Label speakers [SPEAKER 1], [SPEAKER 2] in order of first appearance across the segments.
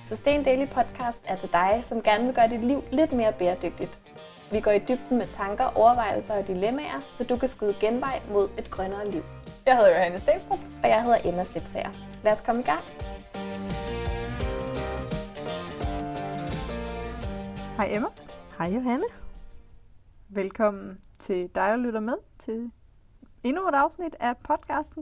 [SPEAKER 1] Sustain Daily Podcast er til dig, som gerne vil gøre dit liv lidt mere bæredygtigt. Vi går i dybden med tanker, overvejelser og dilemmaer, så du kan skyde genvej mod et grønnere liv.
[SPEAKER 2] Jeg hedder Johanne Stenstrup.
[SPEAKER 1] Og jeg hedder Emma Slipsager. Lad os komme i gang.
[SPEAKER 2] Hej Emma.
[SPEAKER 1] Hej Johanne.
[SPEAKER 2] Velkommen til dig, der lytter med til endnu et afsnit af podcasten.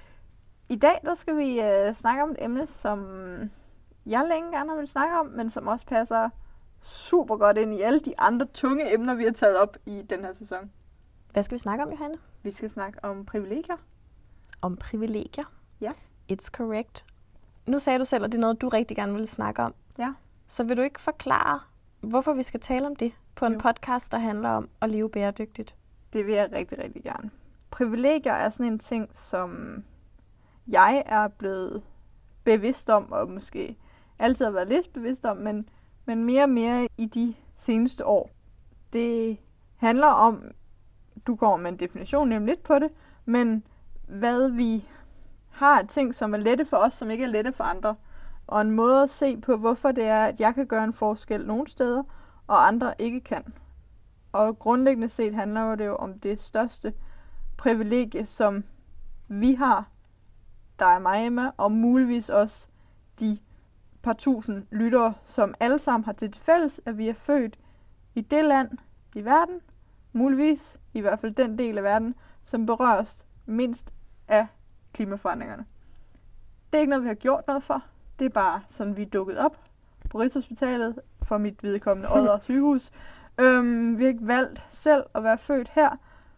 [SPEAKER 2] I dag der skal vi snakke om et emne, som jeg længe gerne vil snakke om, men som også passer super godt ind i alle de andre tunge emner, vi har taget op i den her sæson.
[SPEAKER 1] Hvad skal vi snakke om, Johanne?
[SPEAKER 2] Vi skal snakke om privilegier.
[SPEAKER 1] Om privilegier?
[SPEAKER 2] Ja.
[SPEAKER 1] It's correct. Nu sagde du selv, at det er noget, du rigtig gerne vil snakke om.
[SPEAKER 2] Ja.
[SPEAKER 1] Så vil du ikke forklare, hvorfor vi skal tale om det på en podcast, der handler om at leve bæredygtigt?
[SPEAKER 2] Det vil jeg rigtig, rigtig gerne. Privilegier er sådan en ting, som jeg er blevet bevidst om, og måske altid har været lidt bevidst om, men mere og mere i de seneste år. Det handler om, du kommer med en definition nemlig lidt på det, men hvad vi har ting, som er lette for os, som ikke er lette for andre. Og en måde at se på, hvorfor det er, at jeg kan gøre en forskel nogle steder, og andre ikke kan. Og grundlæggende set handler det jo om det største privilegie, som vi har, der er mig, Emma, og muligvis også de par tusind lyttere, som alle sammen har til fælles, at vi er født i det land i verden, muligvis i hvert fald den del af verden, som berøres mindst af klimaforandringerne. Det er ikke noget, vi har gjort noget for. Det er bare sådan, vi er dukket op på Rigshospitalet for mit vedkommende Odder sygehus. Vi har ikke valgt selv at være født her,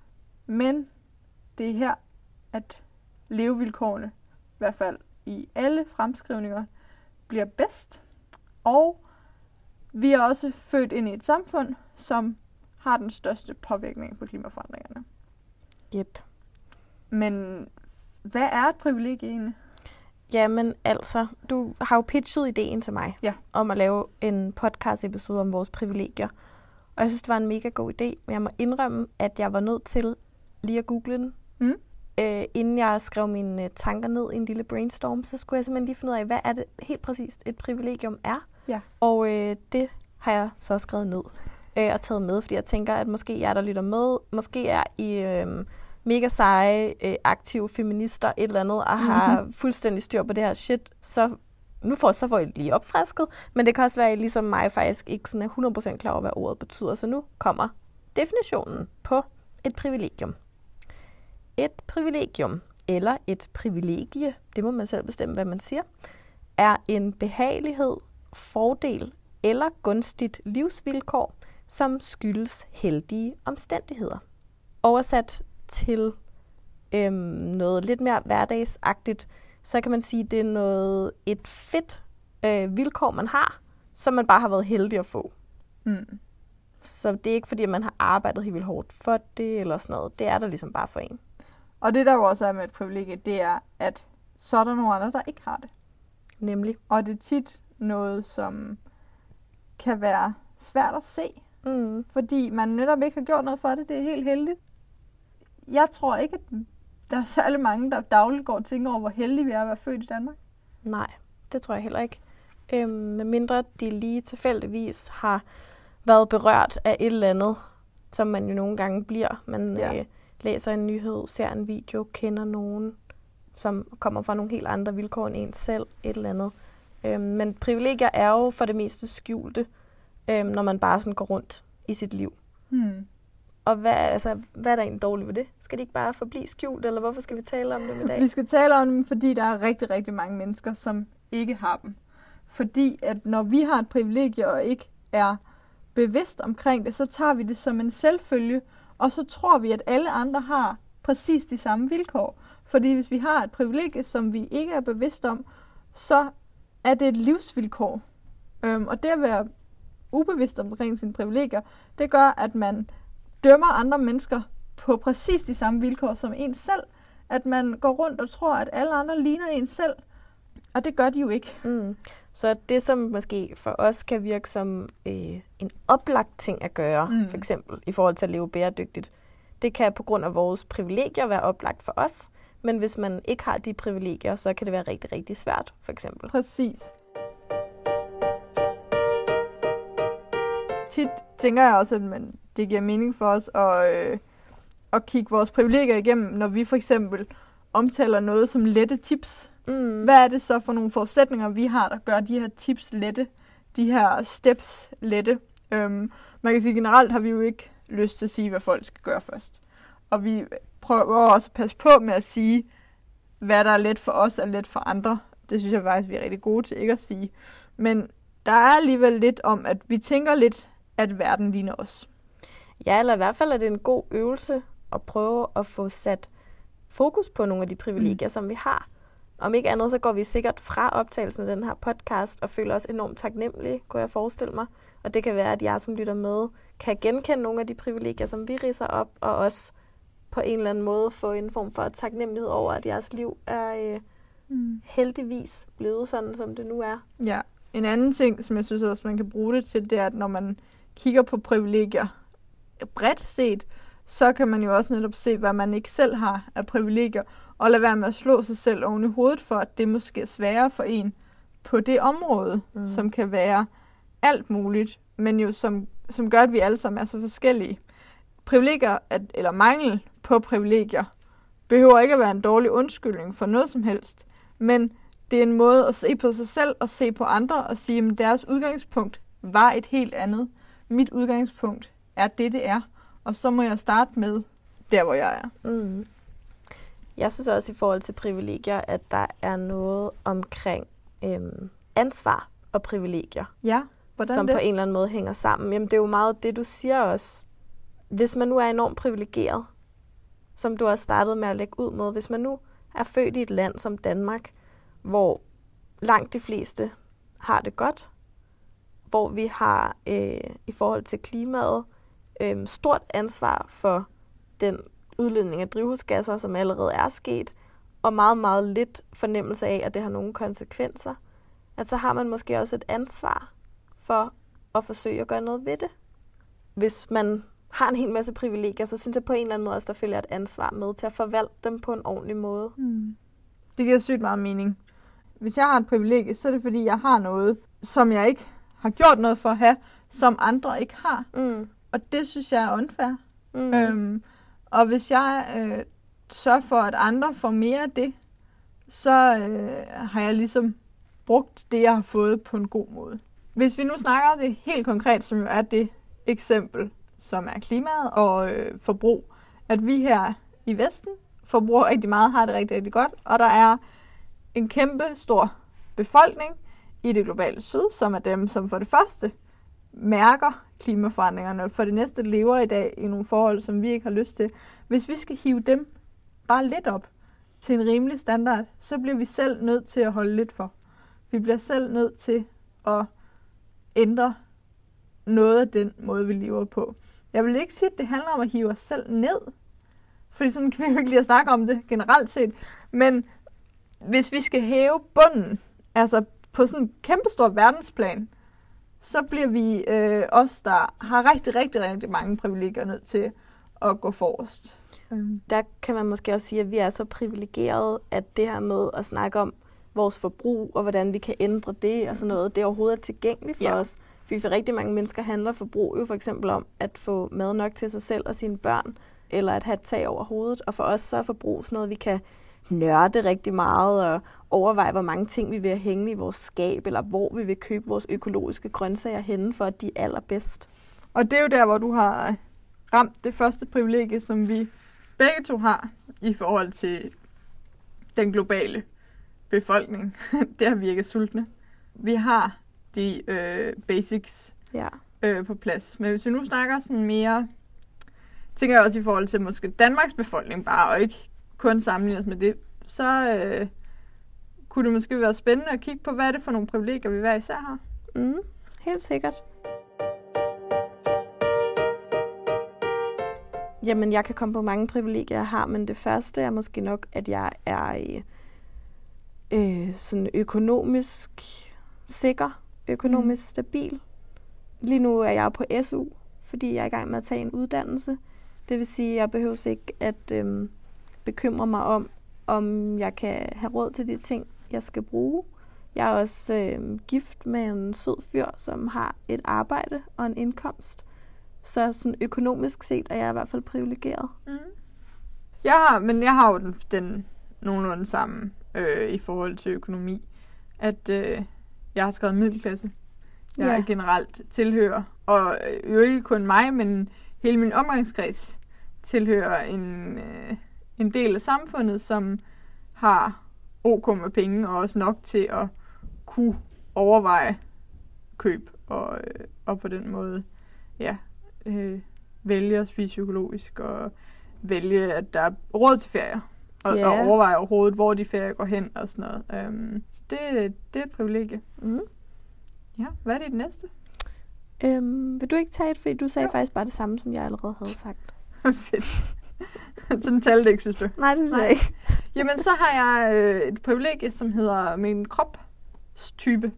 [SPEAKER 2] men det er her, at levevilkårene, i hvert fald i alle fremskrivninger, bliver bedst. Og vi er også født ind i et samfund, som har den største påvirkning på klimaforandringerne.
[SPEAKER 1] Yep.
[SPEAKER 2] Men hvad er et privilegie egentlig?
[SPEAKER 1] Jamen altså, du har jo pitchet ideen til mig om at lave en podcast-episode om vores privilegier. Og jeg synes, det var en mega god idé, men jeg må indrømme, at jeg var nødt til lige at google den. Inden jeg skrev mine tanker ned i en lille brainstorm, så skulle jeg simpelthen lige finde ud af, hvad er det helt præcist et privilegium er. Ja. Og det har jeg så skrevet ned og taget med, fordi jeg tænker, at måske jeg der lytter med, måske er I mega seje, aktive feminister et eller andet, og har fuldstændig styr på det her shit, så nu får I lige opfrisket, men det kan også være, at I ligesom mig faktisk ikke sådan er 100% klar over, hvad ordet betyder. Så nu kommer definitionen på et privilegium. Et privilegium, eller et privilegie, det må man selv bestemme, hvad man siger, er en behagelighed, fordel eller gunstigt livsvilkår, som skyldes heldige omstændigheder. Oversat til noget lidt mere hverdagsagtigt, så kan man sige, at det er et fedt vilkår, man har, som man bare har været heldig at få. Så det er ikke fordi, at man har arbejdet helt vildt hårdt for det, eller sådan noget. Det er der ligesom bare for en.
[SPEAKER 2] Og det der jo også er med et privilegie, det er, at så er der nogle andre, der ikke har det.
[SPEAKER 1] Nemlig.
[SPEAKER 2] Og det er tit noget, som kan være svært at se. Fordi man netop ikke har gjort noget for det. Det er helt heldigt. Jeg tror ikke, at der er særlig mange, der dagligt går og tænker over, hvor heldige vi er at være født i Danmark.
[SPEAKER 1] Nej, det tror jeg heller ikke. Med mindre de lige tilfældigvis har været berørt af et eller andet, som man jo nogle gange bliver. Man læser en nyhed, ser en video, kender nogen, som kommer fra nogle helt andre vilkår end en selv, et eller andet. Men privilegier er jo for det meste skjulte, når man bare sådan går rundt i sit liv. Og hvad er der egentlig dårligt ved det? Skal det ikke bare forblive skjult, eller hvorfor skal vi tale om dem i dag?
[SPEAKER 2] Vi skal tale om dem, fordi der er rigtig, rigtig mange mennesker, som ikke har dem. Fordi at når vi har et privilegie og ikke er bevidst omkring det, så tager vi det som en selvfølge, og så tror vi, at alle andre har præcis de samme vilkår. Fordi hvis vi har et privilegie, som vi ikke er bevidst om, så er det et livsvilkår. Og det at være ubevidst omkring sine privilegier, det gør, at man dømmer andre mennesker på præcis de samme vilkår som en selv. At man går rundt og tror, at alle andre ligner en selv. Og det gør de jo ikke.
[SPEAKER 1] Så det, som måske for os kan virke som en oplagt ting at gøre, for eksempel i forhold til at leve bæredygtigt, det kan på grund af vores privilegier være oplagt for os. Men hvis man ikke har de privilegier, så kan det være rigtig, rigtig svært, for eksempel.
[SPEAKER 2] Præcis. tit tænker jeg også, at det giver mening for os at kigge vores privilegier igennem, når vi for eksempel omtaler noget som lette tips. Hvad er det så for nogle forudsætninger, vi har, der gør de her tips lette, de her steps lette? Man kan sige, generelt har vi jo ikke lyst til at sige, hvad folk skal gøre først. Og vi prøver også at passe på med at sige, hvad der er let for os og let for andre. Det synes jeg faktisk, vi er rigtig gode til ikke at sige. Men der er alligevel lidt om, at vi tænker lidt, at verden ligner os.
[SPEAKER 1] Ja, eller i hvert fald er det en god øvelse at prøve at få sat fokus på nogle af de privilegier, som vi har. Om ikke andet, så går vi sikkert fra optagelsen af den her podcast og føler os enormt taknemmelige, kunne jeg forestille mig. Og det kan være, at jeg, som lytter med, kan genkende nogle af de privilegier, som vi ridser op, og også på en eller anden måde få en form for taknemmelighed over, at jeres liv er heldigvis blevet sådan, som det nu er.
[SPEAKER 2] Ja, en anden ting, som jeg synes også, man kan bruge det til, det er, at når man kigger på privilegier bredt set, så kan man jo også netop se, hvad man ikke selv har af privilegier, og lade være med at slå sig selv oven i hovedet for, at det måske er sværere for en på det område, som kan være alt muligt, men jo som gør, at vi alle sammen er så forskellige. Privilegier, eller mangel på privilegier, behøver ikke at være en dårlig undskyldning for noget som helst, men det er en måde at se på sig selv og se på andre og sige, at deres udgangspunkt var et helt andet. Mit udgangspunkt er det er, og så må jeg starte med der, hvor jeg er.
[SPEAKER 1] Jeg synes også i forhold til privilegier, at der er noget omkring ansvar og privilegier.
[SPEAKER 2] Ja, hvordan
[SPEAKER 1] som
[SPEAKER 2] det?
[SPEAKER 1] På en eller anden måde hænger sammen. Jamen, det er jo meget det, du siger også. Hvis man nu er enormt privilegeret, som du har startet med at lægge ud med, hvis man nu er født i et land som Danmark, hvor langt de fleste har det godt, hvor vi har i forhold til klimaet stort ansvar for den udledning af drivhusgasser, som allerede er sket, og meget, meget lidt fornemmelse af, at det har nogle konsekvenser, at så har man måske også et ansvar for at forsøge at gøre noget ved det. Hvis man har en hel masse privilegier, så synes jeg på en eller anden måde også, der følger et ansvar med til at forvalte dem på en ordentlig måde.
[SPEAKER 2] Det giver sygt meget mening. Hvis jeg har et privilegie, så er det fordi, jeg har noget, som jeg ikke har gjort noget for at have, som andre ikke har. Og det synes jeg er unfair. Og hvis jeg sørger for, at andre får mere af det, så har jeg ligesom brugt det, jeg har fået på en god måde. Hvis vi nu snakker det helt konkret, som jo er det eksempel, som er klimaet og forbrug, at vi her i Vesten forbruger rigtig meget, har det rigtig, rigtig godt, og der er en kæmpe stor befolkning i det globale syd, som er dem, som for det første mærker klimaforandringerne, og for det næste lever i dag i nogle forhold, som vi ikke har lyst til. Hvis vi skal hive dem bare lidt op til en rimelig standard, så bliver vi selv nødt til at holde lidt for. Vi bliver selv nødt til at ændre noget af den måde, vi lever på. Jeg vil ikke sige, at det handler om at hive os selv ned, fordi sådan kan vi jo ikke lige at snakke om det generelt set, men hvis vi skal hæve bunden, altså på sådan en kæmpestor verdensplan, så bliver vi os, der har rigtig, rigtig, rigtig mange privilegier, nødt til at gå forrest.
[SPEAKER 1] Der kan man måske også sige, at vi er så privilegerede, at det her med at snakke om vores forbrug, og hvordan vi kan ændre det og sådan noget, det er overhovedet tilgængeligt for os. Fordi for rigtig mange mennesker handler forbrug jo for eksempel om at få mad nok til sig selv og sine børn, eller at have et tag over hovedet. Og for os så er forbrug sådan noget, vi kan nørde rigtig meget og overveje, hvor mange ting vi vil hænge i vores skab, eller hvor vi vil købe vores økologiske grøntsager henne, for at de er allerbedst.
[SPEAKER 2] Og det er jo der, hvor du har ramt det første privilegie, som vi begge to har i forhold til den globale befolkning. Det har vi ikke sultne. Vi har de basics på plads. Men hvis vi nu snakker sådan mere, tænker jeg også i forhold til måske Danmarks befolkning bare, og ikke kun sammenlignet med det, så kunne det måske være spændende at kigge på, hvad er det for nogle privilegier, vi hver især har.
[SPEAKER 1] Helt sikkert. Jamen, jeg kan komme på mange privilegier, jeg har, men det første er måske nok, at jeg er sådan økonomisk sikker, økonomisk stabil. Lige nu er jeg på SU, fordi jeg er i gang med at tage en uddannelse. Det vil sige, at jeg behøver ikke at bekymre mig om jeg kan have råd til de ting, jeg skal bruge. Jeg er også gift med en sød fyr, som har et arbejde og en indkomst. Så sådan økonomisk set er jeg i hvert fald privilegeret.
[SPEAKER 2] Mm. Jeg har jo den nogenlunde samme i forhold til økonomi. At jeg har skrevet middelklasse. Jeg generelt tilhører, og jo ikke kun mig, men hele min omgangskreds tilhører en del af samfundet, som har OK med penge, og også nok til at kunne overveje køb, og på den måde vælge at spise økologisk, og vælge, at der er råd til ferier, og overveje overhovedet, hvor de ferier går hen, og sådan noget. Det er et privilegie.
[SPEAKER 1] Mm.
[SPEAKER 2] Ja, hvad er det næste?
[SPEAKER 1] Vil du ikke tage et, fordi du sagde faktisk bare det samme, som jeg allerede havde sagt.
[SPEAKER 2] Fedt. Sådan talte det ikke, synes du?
[SPEAKER 1] Nej, det synes jeg ikke.
[SPEAKER 2] Jamen, så har jeg et privilegie, som hedder min kropstype.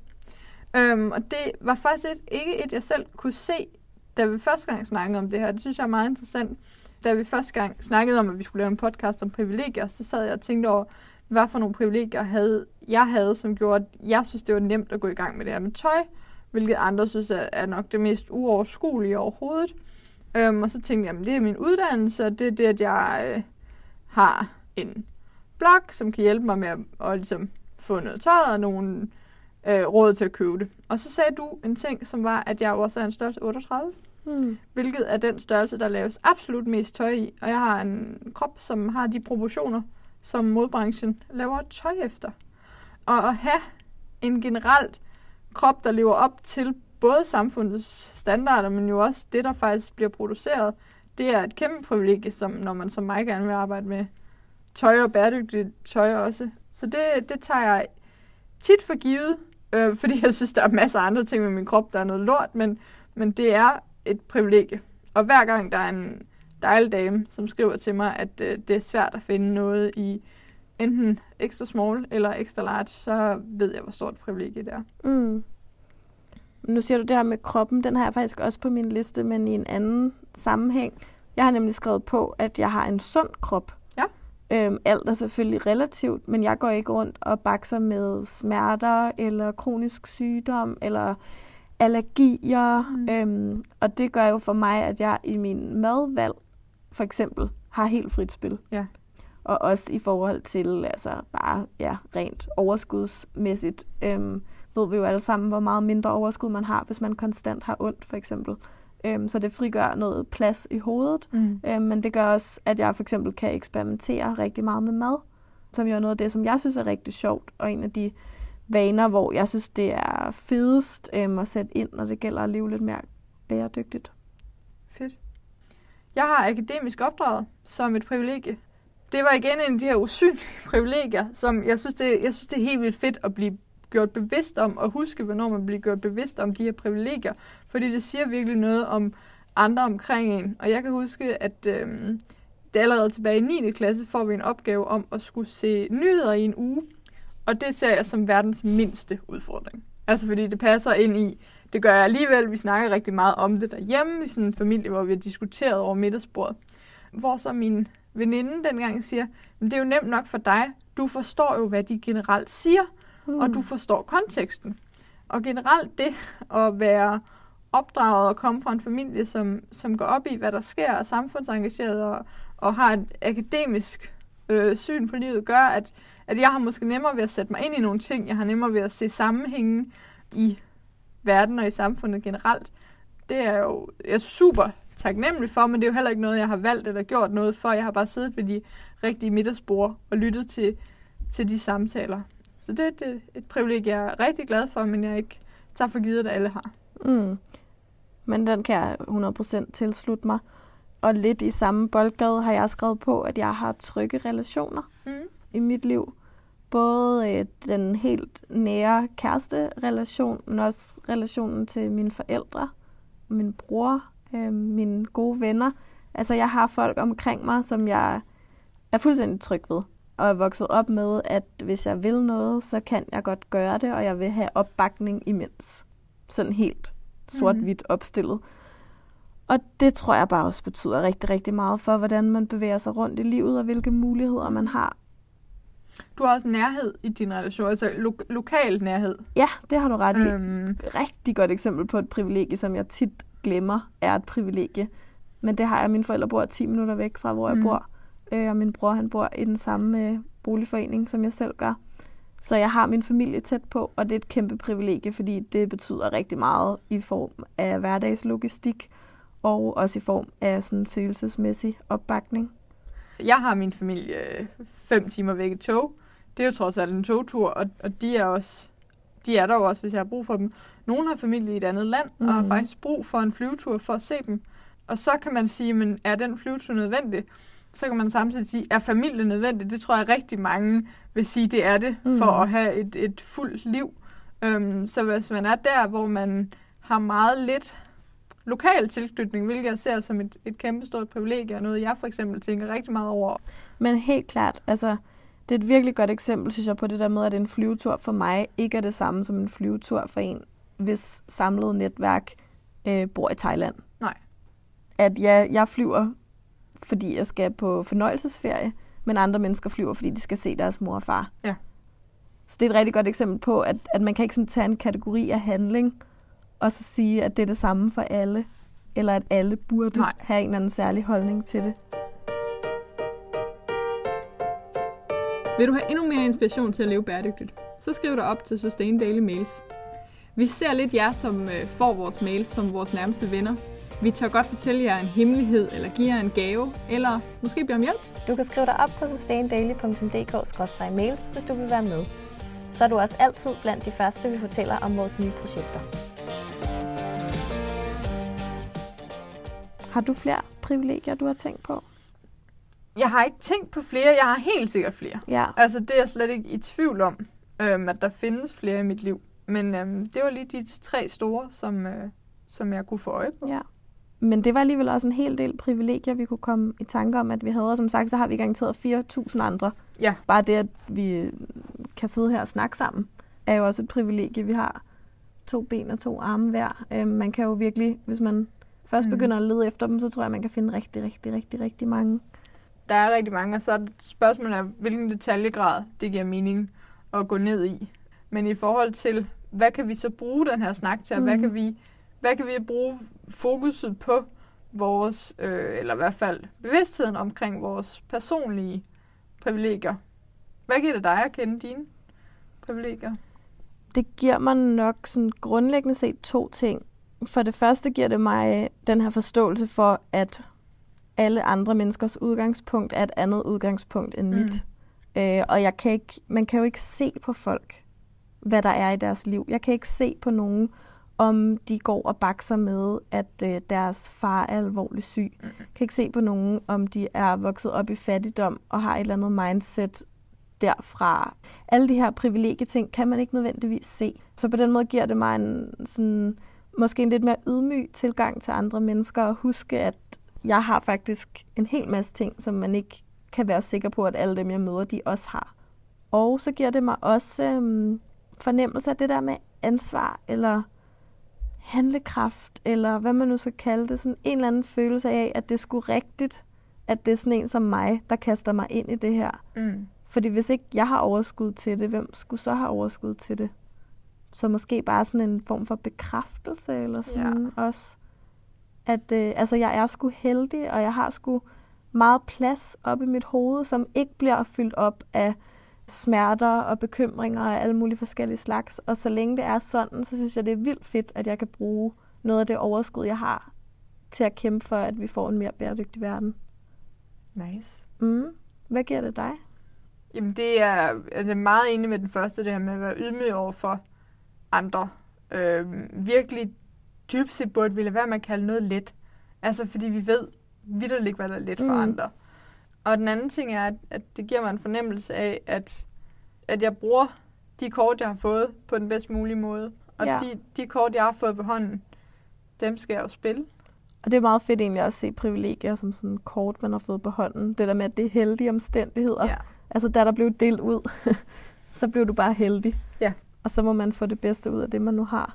[SPEAKER 2] Og det var faktisk ikke et, jeg selv kunne se, da vi første gang snakkede om det her. Det synes jeg er meget interessant. Da vi første gang snakkede om, at vi skulle lave en podcast om privilegier, så sad jeg og tænkte over, hvad for nogle privilegier jeg havde, som gjorde, at jeg synes, det var nemt at gå i gang med det her med tøj, hvilket andre synes er nok det mest uoverskuelige overhovedet. Og så tænkte jeg, det er min uddannelse, og det er det, at jeg har en blog, som kan hjælpe mig med at ligesom få noget tøj og nogle råd til at købe det. Og så sagde du en ting, som var, at jeg også er en størrelse 38, hvilket er den størrelse, der laves absolut mest tøj i. Og jeg har en krop, som har de proportioner, som modbranchen laver tøj efter. Og at have en generelt krop, der lever op til både samfundets standarder, men jo også det, der faktisk bliver produceret, det er et kæmpe privilegie, som når man som mig gerne vil arbejde med tøj og bæredygtigt tøj også. Så det tager jeg tit for givet, fordi jeg synes, der er masser af andre ting med min krop, der er noget lort, men det er et privilegie. Og hver gang der er en dejlig dame, som skriver til mig, at det er svært at finde noget i enten extra small eller extra large, så ved jeg, hvor stort privilegie det er.
[SPEAKER 1] Mm. Nu siger du det her med kroppen, den har jeg faktisk også på min liste, men i en anden sammenhæng. Jeg har nemlig skrevet på, at jeg har en sund krop.
[SPEAKER 2] Ja.
[SPEAKER 1] Alt er selvfølgelig relativt, men jeg går ikke rundt og bakser med smerter, eller kronisk sygdom, eller allergier. Og det gør jo for mig, at jeg i min madvalg, for eksempel, har helt frit spil.
[SPEAKER 2] Ja.
[SPEAKER 1] Og også i forhold til bare rent overskudsmæssigt. Ved vi jo alle sammen, hvor meget mindre overskud man har, hvis man konstant har ondt, for eksempel. Så det frigør noget plads i hovedet. Men det gør også, at jeg for eksempel kan eksperimentere rigtig meget med mad, som jo er noget af det, som jeg synes er rigtig sjovt, og en af de vaner, hvor jeg synes, det er fedest at sætte ind, når det gælder at leve lidt mere bæredygtigt.
[SPEAKER 2] Fedt. Jeg har akademisk opdraget som et privilegie. Det var igen en af de her usynlige privilegier, som jeg synes, det er helt vildt fedt at blive gjort bevidst om, og huske, hvornår man bliver gjort bevidst om de her privilegier, fordi det siger virkelig noget om andre omkring en. Og jeg kan huske, at det allerede tilbage i 9. klasse får vi en opgave om at skulle se nyheder i en uge, og det ser jeg som verdens mindste udfordring. Altså fordi det passer ind i, det gør jeg alligevel, vi snakker rigtig meget om det derhjemme, i sådan en familie, hvor vi har diskuteret over middagsbordet. Hvor så min veninde dengang siger, men det er jo nemt nok for dig, du forstår jo, hvad de generelt siger, og du forstår konteksten. Og generelt det at være opdraget og komme fra en familie, som går op i, hvad der sker, og samfundsengageret og har et akademisk syn på livet, gør, at jeg har måske nemmere ved at sætte mig ind i nogle ting. Jeg har nemmere ved at se sammenhængen i verden og i samfundet generelt. Det er jo jeg er super taknemmelig for, men det er jo heller ikke noget, jeg har valgt eller gjort noget for. Jeg har bare siddet ved de rigtige middagsborde og lyttet til de samtaler. Så det er et privilegie, jeg er rigtig glad for, men jeg ikke tager for givet, at alle har.
[SPEAKER 1] Men den kan jeg 100% tilslutte mig. Og lidt i samme boldgade har jeg skrevet på, at jeg har trygge relationer i mit liv. Både den helt nære kæresterelation, men også relationen til mine forældre, min bror, mine gode venner. Altså jeg har folk omkring mig, som jeg er fuldstændig tryg ved. Og er vokset op med, at hvis jeg vil noget, så kan jeg godt gøre det, og jeg vil have opbakning imens. Sådan helt sort-hvidt opstillet. Og det tror jeg bare også betyder rigtig, rigtig meget for, hvordan man bevæger sig rundt i livet, og hvilke muligheder man har.
[SPEAKER 2] Du har også nærhed i din relation, altså lokal nærhed.
[SPEAKER 1] Ja, det har du ret i. Rigtig godt eksempel på et privilegie, som jeg tit glemmer, er et privilegie. Men det har jeg. Mine forældre bor 10 minutter væk fra, hvor jeg bor. Og min bror, han bor i den samme boligforening, som jeg selv gør. Så jeg har min familie tæt på, og det er et kæmpe privilegie, fordi det betyder rigtig meget i form af hverdagslogistik, og også i form af sådan følelsesmæssig opbakning. Jeg har min familie 5 timer væk i tog. Det er jo trods alt en togtur, og de er der jo også, hvis jeg har brug for dem. Nogle har familie i et andet land, og har faktisk brug for en flyvetur for at se dem. Og så kan man sige, men er den flyvetur nødvendig? Så kan man samtidig sige, er familie nødvendigt? Det tror jeg rigtig mange vil sige, det er det, for at have et fuldt liv. Så hvis man er der, hvor man har meget lidt lokal tilknytning, hvilket jeg ser som et kæmpestort privilegie, og noget jeg for eksempel tænker rigtig meget over. Men helt klart, altså det er et virkelig godt eksempel, synes jeg, på det der med, at en flyvetur for mig ikke er det samme som en flyvetur for en, hvis samlet netværk bor i Thailand. Nej. At jeg flyver, fordi jeg skal på fornøjelsesferie, men andre mennesker flyver, fordi de skal se deres mor og far. Ja. Så det er et rigtig godt eksempel på, at man kan ikke sådan tage en kategori af handling, og så sige, at det er det samme for alle, eller at alle burde have en eller anden særlig holdning til det.
[SPEAKER 3] Vil du have endnu mere inspiration til at leve bæredygtigt, så skriv dig op til Sustain Daily Mails. Vi ser lidt jer, som får vores mails, som vores nærmeste venner. Vi tør godt fortælle jer en hemmelighed, eller give jer en gave, eller måske bede om hjælp.
[SPEAKER 1] Du kan skrive dig op på sustaindaily.dk/mails, hvis du vil være med. Så er du også altid blandt de første, vi fortæller om vores nye projekter. Har du flere privilegier, du har tænkt på?
[SPEAKER 2] Jeg har ikke tænkt på flere. Jeg har helt sikkert flere. Ja. Altså, det er jeg slet ikke i tvivl om, at der findes flere i mit liv. Men det var lige de 3 store, som jeg kunne få øje på. Ja.
[SPEAKER 1] Men det var alligevel også en hel del privilegier, vi kunne komme i tanke om, at vi havde. Og som sagt, så har vi garanteret 4.000 andre. Ja. Bare det, at vi kan sidde her og snakke sammen, er jo også et privilegie. Vi har 2 ben og 2 arme hver. Man kan jo virkelig, hvis man først begynder at lede efter dem, så tror jeg, man kan finde rigtig mange.
[SPEAKER 2] Der er rigtig mange, og så er det spørgsmålet af, hvilken detaljegrad det giver mening at gå ned i. Men i forhold til, hvad kan vi så bruge den her snak til, og hvad kan vi bruge fokuset på vores, eller i hvert fald bevidstheden omkring vores personlige privilegier? Hvad giver det dig at kende dine privilegier?
[SPEAKER 1] Det giver mig nok sådan grundlæggende set 2 ting. For det første giver det mig den her forståelse for, at alle andre menneskers udgangspunkt er et andet udgangspunkt end mit. Og man kan jo ikke se på folk, hvad der er i deres liv. Jeg kan ikke se på nogen, om de går og bakser med, at deres far er alvorligt syg. Jeg kan ikke se på nogen, om de er vokset op i fattigdom og har et eller andet mindset derfra. Alle de her privilegieting kan man ikke nødvendigvis se. Så på den måde giver det mig måske en lidt mere ydmyg tilgang til andre mennesker, og huske, at jeg har faktisk en hel masse ting, som man ikke kan være sikker på, at alle dem, jeg møder, de også har. Og så giver det mig også fornemmelse af det der med ansvar, eller handlekraft, eller hvad man nu skal kalde det. Sådan en eller anden følelse af, at det er sgu rigtigt, at det er sådan en som mig, der kaster mig ind i det her. Fordi hvis ikke jeg har overskud til det, hvem skulle så have overskud til det? Så måske bare sådan en form for bekræftelse, eller sådan også. At jeg er sgu heldig, og jeg har sgu meget plads op i mit hoved, som ikke bliver fyldt op af smerter og bekymringer af alle mulige forskellige slags. Og så længe det er sådan, så synes jeg, det er vildt fedt, at jeg kan bruge noget af det overskud, jeg har, til at kæmpe for, at vi får en mere bæredygtig verden.
[SPEAKER 2] Nice.
[SPEAKER 1] Hvad giver det dig?
[SPEAKER 2] Jamen, det er meget enig med den første, det her med at være ydmyg over for andre. Virkelig dybt set burde vi lade være med at kalde noget let. Altså, fordi vi ved vitterligt ikke, hvad der er let for andre. Og den anden ting er, at det giver mig en fornemmelse af, at jeg bruger de kort, jeg har fået, på den bedst mulige måde. Og de kort, jeg har fået på hånden, dem skal jeg jo spille.
[SPEAKER 1] Og det er meget fedt egentlig at se privilegier som sådan kort, man har fået på hånden. Det der med, at det er heldige omstændigheder. Ja. Altså, da der blev delt ud, så blev du bare heldig. Ja. Og så må man få det bedste ud af det, man nu har.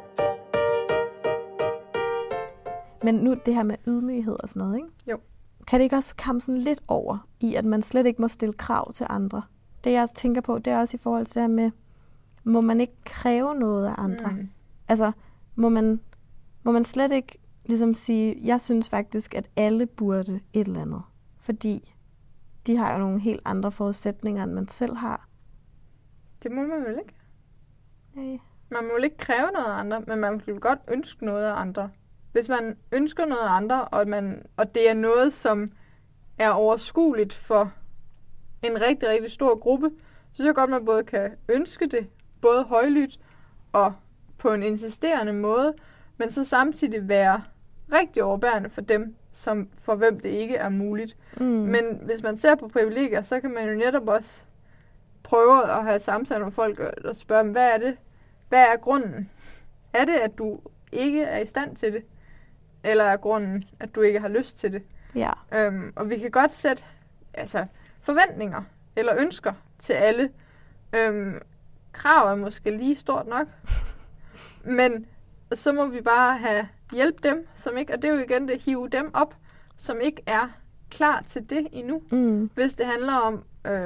[SPEAKER 1] Men nu det her med ydmyghed og sådan noget, ikke? Jo. kan det ikke også komme sådan lidt over i, at man slet ikke må stille krav til andre? Det jeg tænker på, det er også i forhold til det her med, må man ikke kræve noget af andre? Altså, må man slet ikke ligesom sige, jeg synes faktisk, at alle burde et eller andet. Fordi de har jo nogle helt andre forudsætninger, end man selv har.
[SPEAKER 2] Det må man vel ikke?
[SPEAKER 1] Nej.
[SPEAKER 2] Man må vel ikke kræve noget af andre, men man vil godt ønske noget af andre. Hvis man ønsker noget af andre, og det er noget, som er overskueligt for en rigtig, rigtig stor gruppe, så synes jeg godt, man både kan ønske det, både højlydt og på en insisterende måde, men så samtidig være rigtig overbærende for dem, for hvem det ikke er muligt. Men hvis man ser på privilegier, så kan man jo netop også prøve at have samtaler med folk og spørge dem, hvad er det? Hvad er grunden? Er det, at du ikke er i stand til det? Eller er grunden, at du ikke har lyst til det?
[SPEAKER 1] Ja.
[SPEAKER 2] Og vi kan godt sætte forventninger eller ønsker til alle. Krav er måske lige stort nok. Men så må vi bare hjælpe dem, som ikke, og det er jo igen det, hive dem op, som ikke er klar til det endnu. Hvis det handler om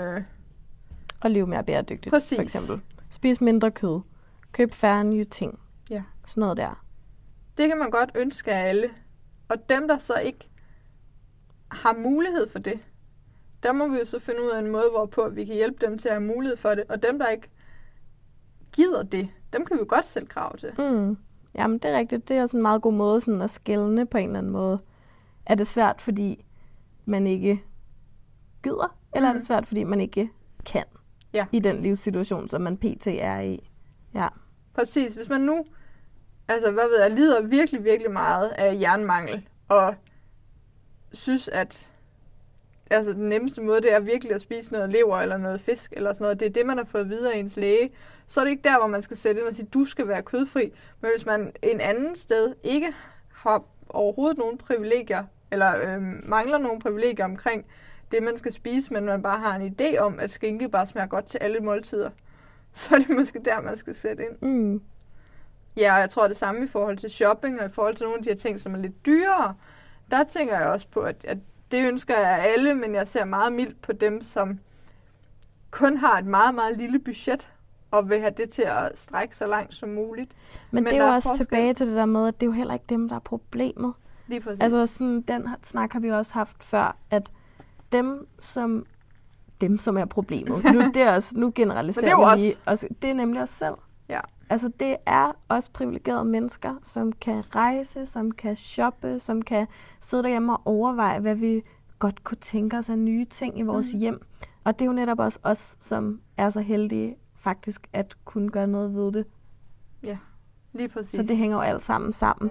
[SPEAKER 1] at leve mere bæredygtigt,
[SPEAKER 2] præcis.
[SPEAKER 1] For eksempel. Spis mindre kød. Køb færre nye ting.
[SPEAKER 2] Ja.
[SPEAKER 1] Sådan noget der.
[SPEAKER 2] Det kan man godt ønske af alle. Og dem, der så ikke har mulighed for det, der må vi jo så finde ud af en måde, hvorpå vi kan hjælpe dem til at have mulighed for det. Og dem, der ikke gider det, dem kan vi jo godt sætte krav til.
[SPEAKER 1] Jamen, det er rigtigt. Det er også en meget god måde sådan at skelne på en eller anden måde. Er det svært, fordi man ikke gider? Eller er det svært, fordi man ikke kan?
[SPEAKER 2] Ja. I
[SPEAKER 1] den livssituation, som man pt. Er i. Ja.
[SPEAKER 2] Præcis. Hvis man nu, lider virkelig, virkelig meget af jernmangel, og synes, at den nemmeste måde, det er virkelig at spise noget lever eller noget fisk eller sådan noget, det er det, man har fået videre af ens læge, så er det ikke der, hvor man skal sætte ind og sige, du skal være kødfri. Men hvis man en anden sted ikke har overhovedet nogen privilegier, eller mangler nogen privilegier omkring det, man skal spise, men man bare har en idé om, at skinke bare smager godt til alle måltider, så er det måske der, man skal sætte ind. Ja, og jeg tror det samme i forhold til shopping, og i forhold til nogle af de her ting, som er lidt dyrere. Der tænker jeg også på, at det ønsker jeg af alle, men jeg ser meget mildt på dem, som kun har et meget, meget lille budget, og vil have det til at strække så langt som muligt.
[SPEAKER 1] Men det er jo også tilbage til det der med, at det er jo heller ikke dem, der er problemet.
[SPEAKER 2] Lige præcis.
[SPEAKER 1] Altså sådan, den snak har vi også haft før, at dem, som er problemet. Nu generaliserer vi lige. Det er nemlig os selv.
[SPEAKER 2] Ja.
[SPEAKER 1] Altså det er også privilegerede mennesker, som kan rejse, som kan shoppe, som kan sidde derhjemme og overveje, hvad vi godt kunne tænke os af nye ting i vores hjem. Og det er jo netop også os, som er så heldige faktisk at kunne gøre noget ved det.
[SPEAKER 2] Ja, lige præcis.
[SPEAKER 1] Så det hænger jo alt sammen.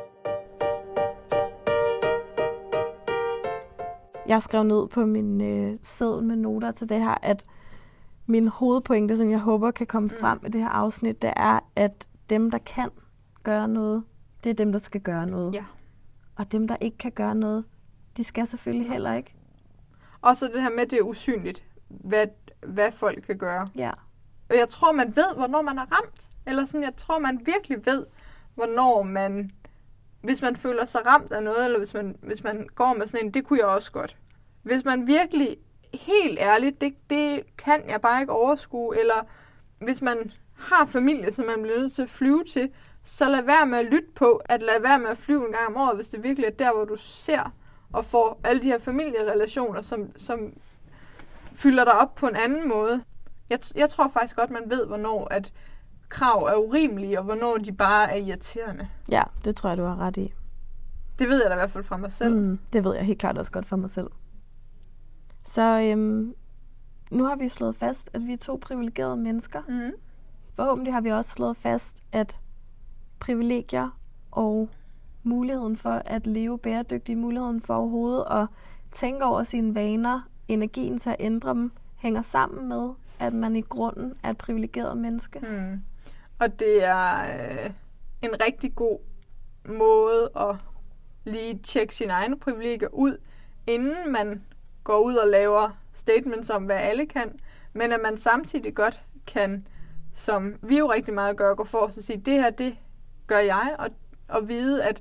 [SPEAKER 1] Jeg skrev ned på min seddel med noter til det her, at min hovedpointe, som jeg håber kan komme frem i det her afsnit, det er, at dem, der kan gøre noget, det er dem, der skal gøre noget.
[SPEAKER 2] Ja.
[SPEAKER 1] Og dem, der ikke kan gøre noget, de skal selvfølgelig heller ikke.
[SPEAKER 2] Og så det her med, det er usynligt, hvad folk kan gøre.
[SPEAKER 1] Ja.
[SPEAKER 2] Og jeg tror, man ved, hvornår man er ramt. Eller sådan, jeg tror, man virkelig ved, hvornår man, hvis man føler sig ramt af noget, eller hvis man går med sådan en, det kunne jeg også godt. Hvis man virkelig, helt ærligt, det kan jeg bare ikke overskue, eller hvis man har familie, som man bliver nødt til at flyve til, så lad være med at lytte på, at lad være med at flyve en gang om året, hvis det virkelig er der, hvor du ser og får alle de her familierelationer, som fylder dig op på en anden måde. Jeg tror faktisk godt, man ved, hvornår at krav er urimelige, og hvornår de bare er irriterende.
[SPEAKER 1] Ja, det tror jeg, du har ret i.
[SPEAKER 2] Det ved jeg da i hvert fald fra mig selv.
[SPEAKER 1] Det ved jeg helt klart også godt fra mig selv. Så nu har vi slået fast, at vi er 2 privilegerede mennesker. Forhåbentlig har vi også slået fast, at privilegier og muligheden for at leve bæredygtigt, muligheden for overhovedet at tænke over sine vaner, energien til at ændre dem, hænger sammen med, at man i grunden er et privilegeret menneske.
[SPEAKER 2] Og det er en rigtig god måde at lige tjekke sine egne privilegier ud, inden man går ud og laver statements om, hvad alle kan, men at man samtidig godt kan, som vi jo rigtig meget gør, gå for at sige, det her, det gør jeg, og vide, at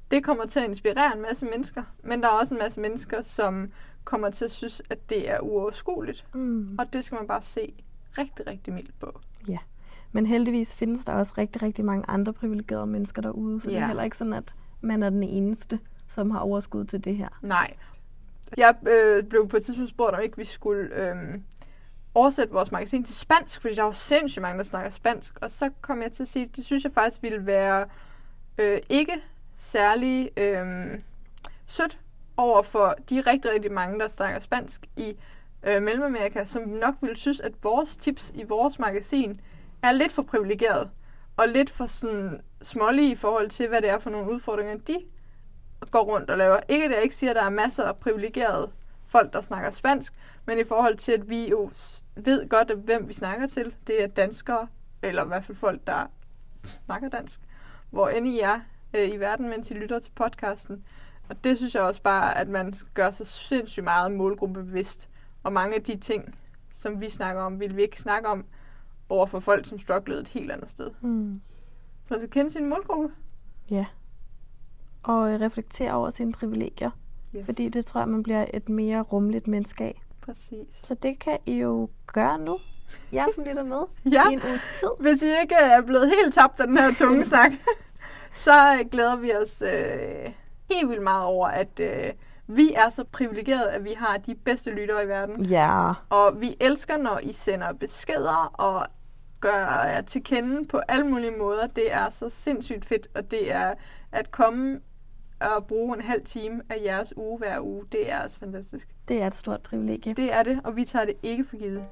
[SPEAKER 2] det kommer til at inspirere en masse mennesker, men der er også en masse mennesker, som kommer til at synes, at det er uoverskueligt. Og det skal man bare se rigtig, rigtig mildt på.
[SPEAKER 1] Ja, men heldigvis findes der også rigtig, rigtig mange andre privilegerede mennesker derude, så det er heller ikke sådan, at man er den eneste, som har overskud til det her.
[SPEAKER 2] Nej. Jeg blev på et tidspunkt spurgt, om ikke vi skulle oversætte vores magasin til spansk, fordi der er jo sindssygt mange, der snakker spansk. Og så kom jeg til at sige, at det synes jeg faktisk ville være ikke særlig sødt over for de rigtig, rigtig mange, der snakker spansk i Mellemamerika, som nok ville synes, at vores tips i vores magasin er lidt for privilegeret og lidt for sådan smålige i forhold til, hvad det er for nogle udfordringer, de går rundt og laver. Ikke at jeg ikke siger, at der er masser af privilegerede folk, der snakker spansk, men i forhold til, at vi jo ved godt, hvem vi snakker til. Det er danskere, eller i hvert fald folk, der snakker dansk, hvor end I er i verden, mens I lytter til podcasten. Og det synes jeg også bare, at man gør sig sindssygt meget målgruppebevidst. Og mange af de ting, som vi snakker om, vil vi ikke snakke om over for folk, som strugglede et helt andet sted. Så man skal kende sin målgruppe.
[SPEAKER 1] Ja. Og reflektere over sine privilegier. Yes. Fordi det tror jeg, man bliver et mere rummeligt menneske af.
[SPEAKER 2] Præcis.
[SPEAKER 1] Så det kan I jo gøre nu. Jeg som lytter med i en uges tid.
[SPEAKER 2] Hvis I ikke er blevet helt tabt af den her tunge snak, så glæder vi os helt vildt meget over, at vi er så privilegerede, at vi har de bedste lyttere i verden.
[SPEAKER 1] Ja.
[SPEAKER 2] Og vi elsker, når I sender beskeder og gør jer til kende på alle mulige måder. Det er så sindssygt fedt, og det er at komme og bruge en halv time af jeres uge hver uge. Det er altså fantastisk.
[SPEAKER 1] Det er et stort privilegie.
[SPEAKER 2] Det er det, og vi tager det ikke for givet.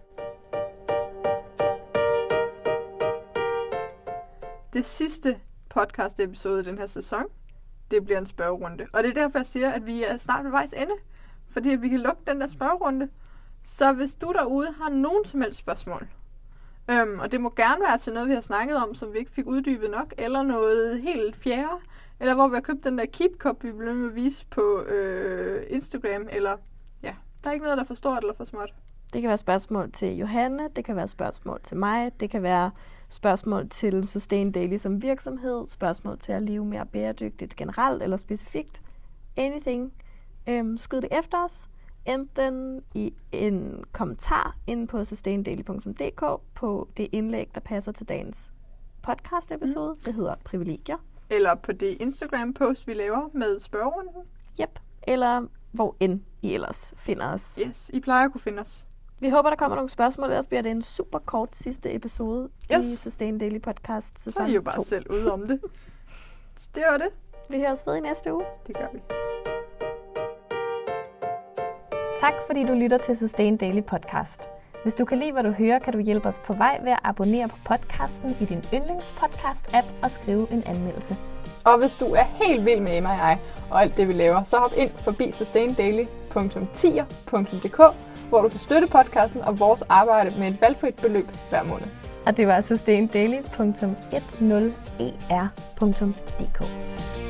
[SPEAKER 2] Det sidste podcast-episode i den her sæson, det bliver en spørgerunde. Og det er derfor, jeg siger, at vi er snart ved vejs ende. Fordi vi kan lukke den der spørgerunde. Så hvis du derude har nogen som helst spørgsmål, og det må gerne være til noget, vi har snakket om, som vi ikke fik uddybet nok, eller noget helt fjerde, eller hvor vi har købt den der Keep Cup, vi blev med at vise på Instagram, eller ja, der er ikke noget, der er for stort eller for småt.
[SPEAKER 1] Det kan være spørgsmål til Johanne, det kan være spørgsmål til mig, det kan være spørgsmål til Sustain Daily som virksomhed, spørgsmål til at leve mere bæredygtigt generelt eller specifikt. Anything. Skyd det efter os. Enten i en kommentar inde på sustaindaily.dk på det indlæg, der passer til dagens podcast-episode. Det hedder Privilegier.
[SPEAKER 2] Eller på det Instagram-post, vi laver med spørgerunden.
[SPEAKER 1] Yep. Eller hvor end I ellers finder os.
[SPEAKER 2] Yes, I plejer at kunne finde os.
[SPEAKER 1] Vi håber, der kommer nogle spørgsmål, ellers bliver det en super kort sidste episode i Sustain Daily Podcast sæson 2.
[SPEAKER 2] Så er I jo bare selv ude om det. Så det var det.
[SPEAKER 1] Vi høres ved i næste uge.
[SPEAKER 2] Det gør vi.
[SPEAKER 1] Tak fordi du lytter til Sustain Daily Podcast. Hvis du kan lide, hvad du hører, kan du hjælpe os på vej ved at abonnere på podcasten i din yndlingspodcast-app og skrive en anmeldelse.
[SPEAKER 3] Og hvis du er helt vild med Emma og jeg og alt det, vi laver, så hop ind forbi sustaindaily.tier.dk, hvor du kan støtte podcasten og vores arbejde med et valgfrit beløb hver måned.
[SPEAKER 1] Og det var sustaindaily.10er.dk.